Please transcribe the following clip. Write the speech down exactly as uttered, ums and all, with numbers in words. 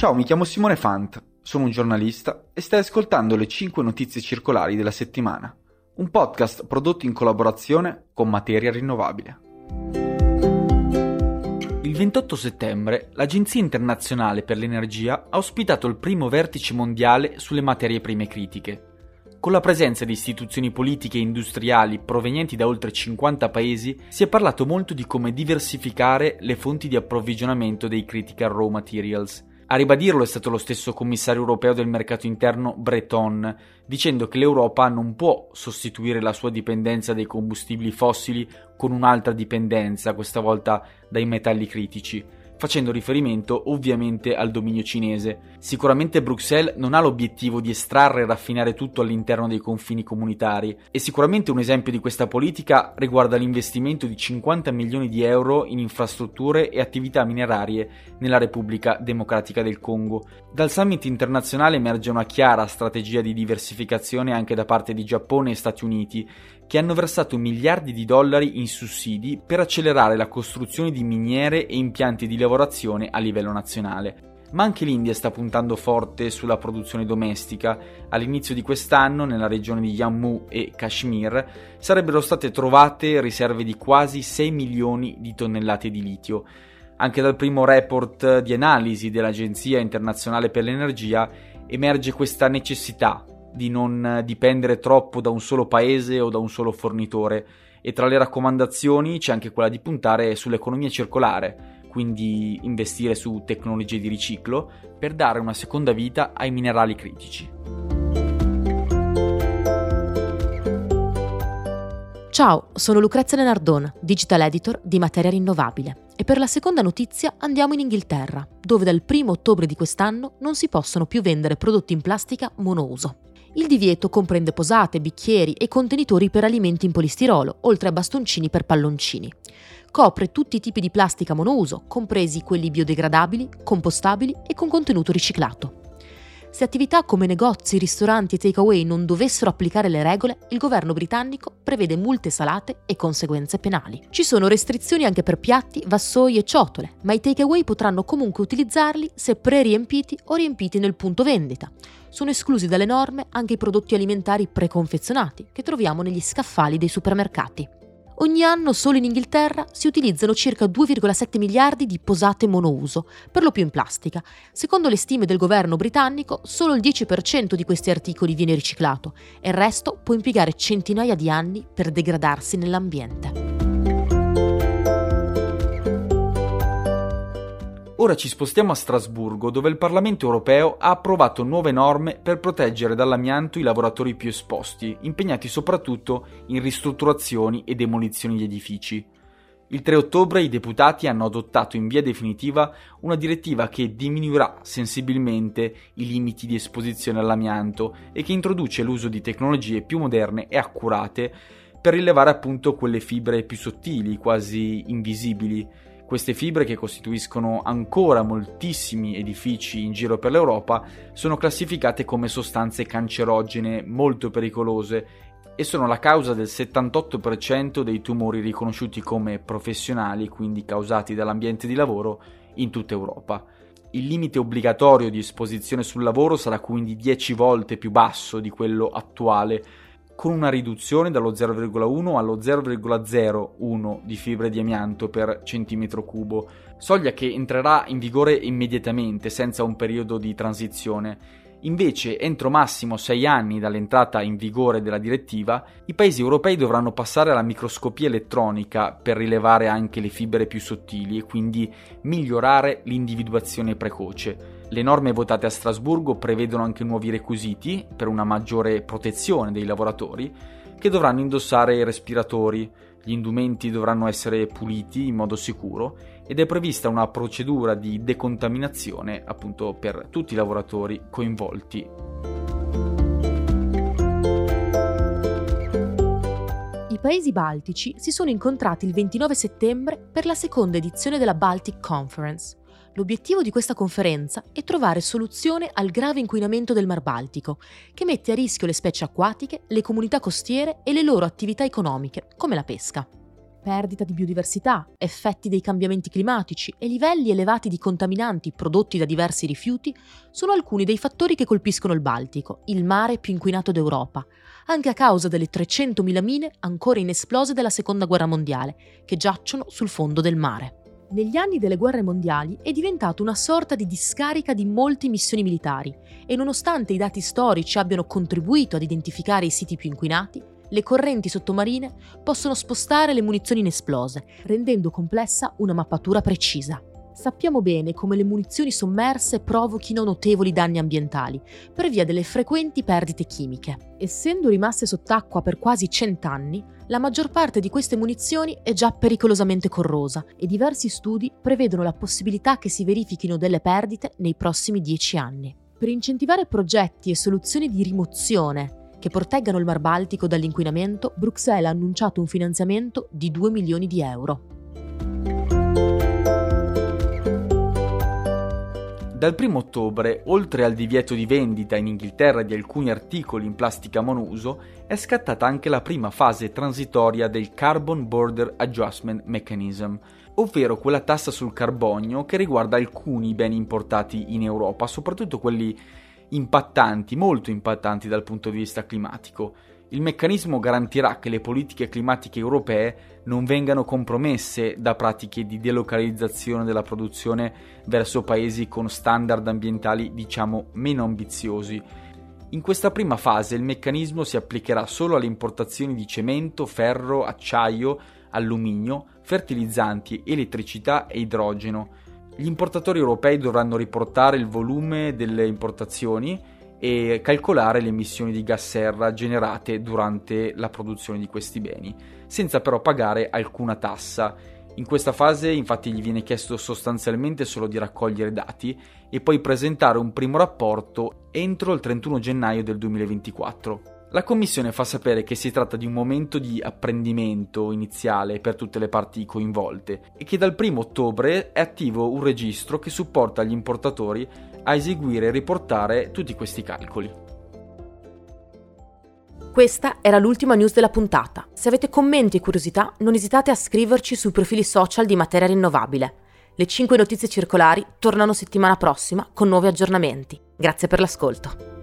Ciao, mi chiamo Simone Fant, sono un giornalista e stai ascoltando le cinque notizie circolari della settimana, un podcast prodotto in collaborazione con Materia Rinnovabile. Il ventotto settembre l'Agenzia Internazionale per l'Energia ha ospitato il primo vertice mondiale sulle materie prime critiche. Con la presenza di istituzioni politiche e industriali provenienti da oltre cinquanta paesi, si è parlato molto di come diversificare le fonti di approvvigionamento dei critical raw materials. A ribadirlo è stato lo stesso commissario europeo del mercato interno Breton, dicendo che l'Europa non può sostituire la sua dipendenza dai combustibili fossili con un'altra dipendenza, questa volta dai metalli critici, facendo riferimento ovviamente al dominio cinese. Sicuramente Bruxelles non ha l'obiettivo di estrarre e raffinare tutto all'interno dei confini comunitari, e sicuramente un esempio di questa politica riguarda l'investimento di cinquanta milioni di euro in infrastrutture e attività minerarie nella Repubblica Democratica del Congo. Dal summit internazionale emerge una chiara strategia di diversificazione anche da parte di Giappone e Stati Uniti, che hanno versato miliardi di dollari in sussidi per accelerare la costruzione di miniere e impianti di lavorazione a livello nazionale. Ma anche l'India sta puntando forte sulla produzione domestica. All'inizio di quest'anno, nella regione di Jammu e Kashmir, sarebbero state trovate riserve di quasi sei milioni di tonnellate di litio. Anche dal primo report di analisi dell'Agenzia Internazionale per l'Energia emerge questa necessità di non dipendere troppo da un solo paese o da un solo fornitore, e tra le raccomandazioni c'è anche quella di puntare sull'economia circolare, quindi investire su tecnologie di riciclo per dare una seconda vita ai minerali critici. Ciao, sono Lucrezia Lenardon, Digital Editor di Materia Rinnovabile, e per la seconda notizia andiamo in Inghilterra, dove dal primo ottobre di quest'anno non si possono più vendere prodotti in plastica monouso. Il divieto comprende posate, bicchieri e contenitori per alimenti in polistirolo, oltre a bastoncini per palloncini. Copre tutti i tipi di plastica monouso, compresi quelli biodegradabili, compostabili e con contenuto riciclato. Se attività come negozi, ristoranti e takeaway non dovessero applicare le regole, il governo britannico prevede multe salate e conseguenze penali. Ci sono restrizioni anche per piatti, vassoi e ciotole, ma i takeaway potranno comunque utilizzarli se pre-riempiti o riempiti nel punto vendita. Sono esclusi dalle norme anche i prodotti alimentari preconfezionati che troviamo negli scaffali dei supermercati. Ogni anno solo in Inghilterra si utilizzano circa due virgola sette miliardi di posate monouso, per lo più in plastica. Secondo le stime del governo britannico, solo il dieci per cento di questi articoli viene riciclato e il resto può impiegare centinaia di anni per degradarsi nell'ambiente. Ora ci spostiamo a Strasburgo, dove il Parlamento europeo ha approvato nuove norme per proteggere dall'amianto i lavoratori più esposti, impegnati soprattutto in ristrutturazioni e demolizioni di edifici. Il tre ottobre i deputati hanno adottato in via definitiva una direttiva che diminuirà sensibilmente i limiti di esposizione all'amianto e che introduce l'uso di tecnologie più moderne e accurate per rilevare appunto quelle fibre più sottili, quasi invisibili. Queste fibre, che costituiscono ancora moltissimi edifici in giro per l'Europa, sono classificate come sostanze cancerogene molto pericolose e sono la causa del settantotto per cento dei tumori riconosciuti come professionali, quindi causati dall'ambiente di lavoro, in tutta Europa. Il limite obbligatorio di esposizione sul lavoro sarà quindi dieci volte più basso di quello attuale, con una riduzione dallo zero virgola uno allo zero virgola zero uno di fibre di amianto per centimetro cubo, soglia che entrerà in vigore immediatamente, senza un periodo di transizione. Invece, entro massimo sei anni dall'entrata in vigore della direttiva, i paesi europei dovranno passare alla microscopia elettronica per rilevare anche le fibre più sottili e quindi migliorare l'individuazione precoce. Le norme votate a Strasburgo prevedono anche nuovi requisiti per una maggiore protezione dei lavoratori, che dovranno indossare i respiratori. Gli indumenti dovranno essere puliti in modo sicuro ed è prevista una procedura di decontaminazione appunto per tutti i lavoratori coinvolti. I paesi baltici si sono incontrati il ventinove settembre per la seconda edizione della Baltic Conference. L'obiettivo di questa conferenza è trovare soluzione al grave inquinamento del Mar Baltico, che mette a rischio le specie acquatiche, le comunità costiere e le loro attività economiche, come la pesca. perdita di biodiversità, effetti dei cambiamenti climatici e livelli elevati di contaminanti prodotti da diversi rifiuti sono alcuni dei fattori che colpiscono il Baltico, il mare più inquinato d'Europa, anche a causa delle trecentomila mine ancora inesplose della Seconda Guerra Mondiale, che giacciono sul fondo del mare. Negli anni delle guerre mondiali è diventato una sorta di discarica di molte missioni militari e nonostante i dati storici abbiano contribuito ad identificare i siti più inquinati, le correnti sottomarine possono spostare le munizioni inesplose, rendendo complessa una mappatura precisa. Sappiamo bene come le munizioni sommerse provochino notevoli danni ambientali per via delle frequenti perdite chimiche. Essendo rimaste sott'acqua per quasi cent'anni, la maggior parte di queste munizioni è già pericolosamente corrosa e diversi studi prevedono la possibilità che si verifichino delle perdite nei prossimi dieci anni. Per incentivare progetti e soluzioni di rimozione che proteggano il Mar Baltico dall'inquinamento, Bruxelles ha annunciato un finanziamento di due milioni di euro. Dal primo ottobre, oltre al divieto di vendita in Inghilterra di alcuni articoli in plastica monouso, è scattata anche la prima fase transitoria del Carbon Border Adjustment Mechanism, ovvero quella tassa sul carbonio che riguarda alcuni beni importati in Europa, soprattutto quelli impattanti, molto impattanti dal punto di vista climatico. Il meccanismo garantirà che le politiche climatiche europee non vengano compromesse da pratiche di delocalizzazione della produzione verso paesi con standard ambientali, diciamo, meno ambiziosi. In questa prima fase il meccanismo si applicherà solo alle importazioni di cemento, ferro, acciaio, alluminio, fertilizzanti, elettricità e idrogeno. Gli importatori europei dovranno riportare il volume delle importazioni e calcolare le emissioni di gas serra generate durante la produzione di questi beni, senza però pagare alcuna tassa. In questa fase infatti gli viene chiesto sostanzialmente solo di raccogliere dati e poi presentare un primo rapporto entro il trentuno gennaio del duemilaventiquattro. La Commissione fa sapere che si tratta di un momento di apprendimento iniziale per tutte le parti coinvolte e che dal primo ottobre è attivo un registro che supporta gli importatori a eseguire e riportare tutti questi calcoli. Questa era l'ultima news della puntata. Se avete commenti e curiosità, non esitate a scriverci sui profili social di Materia Rinnovabile. Le cinque notizie circolari tornano settimana prossima con nuovi aggiornamenti. Grazie per l'ascolto.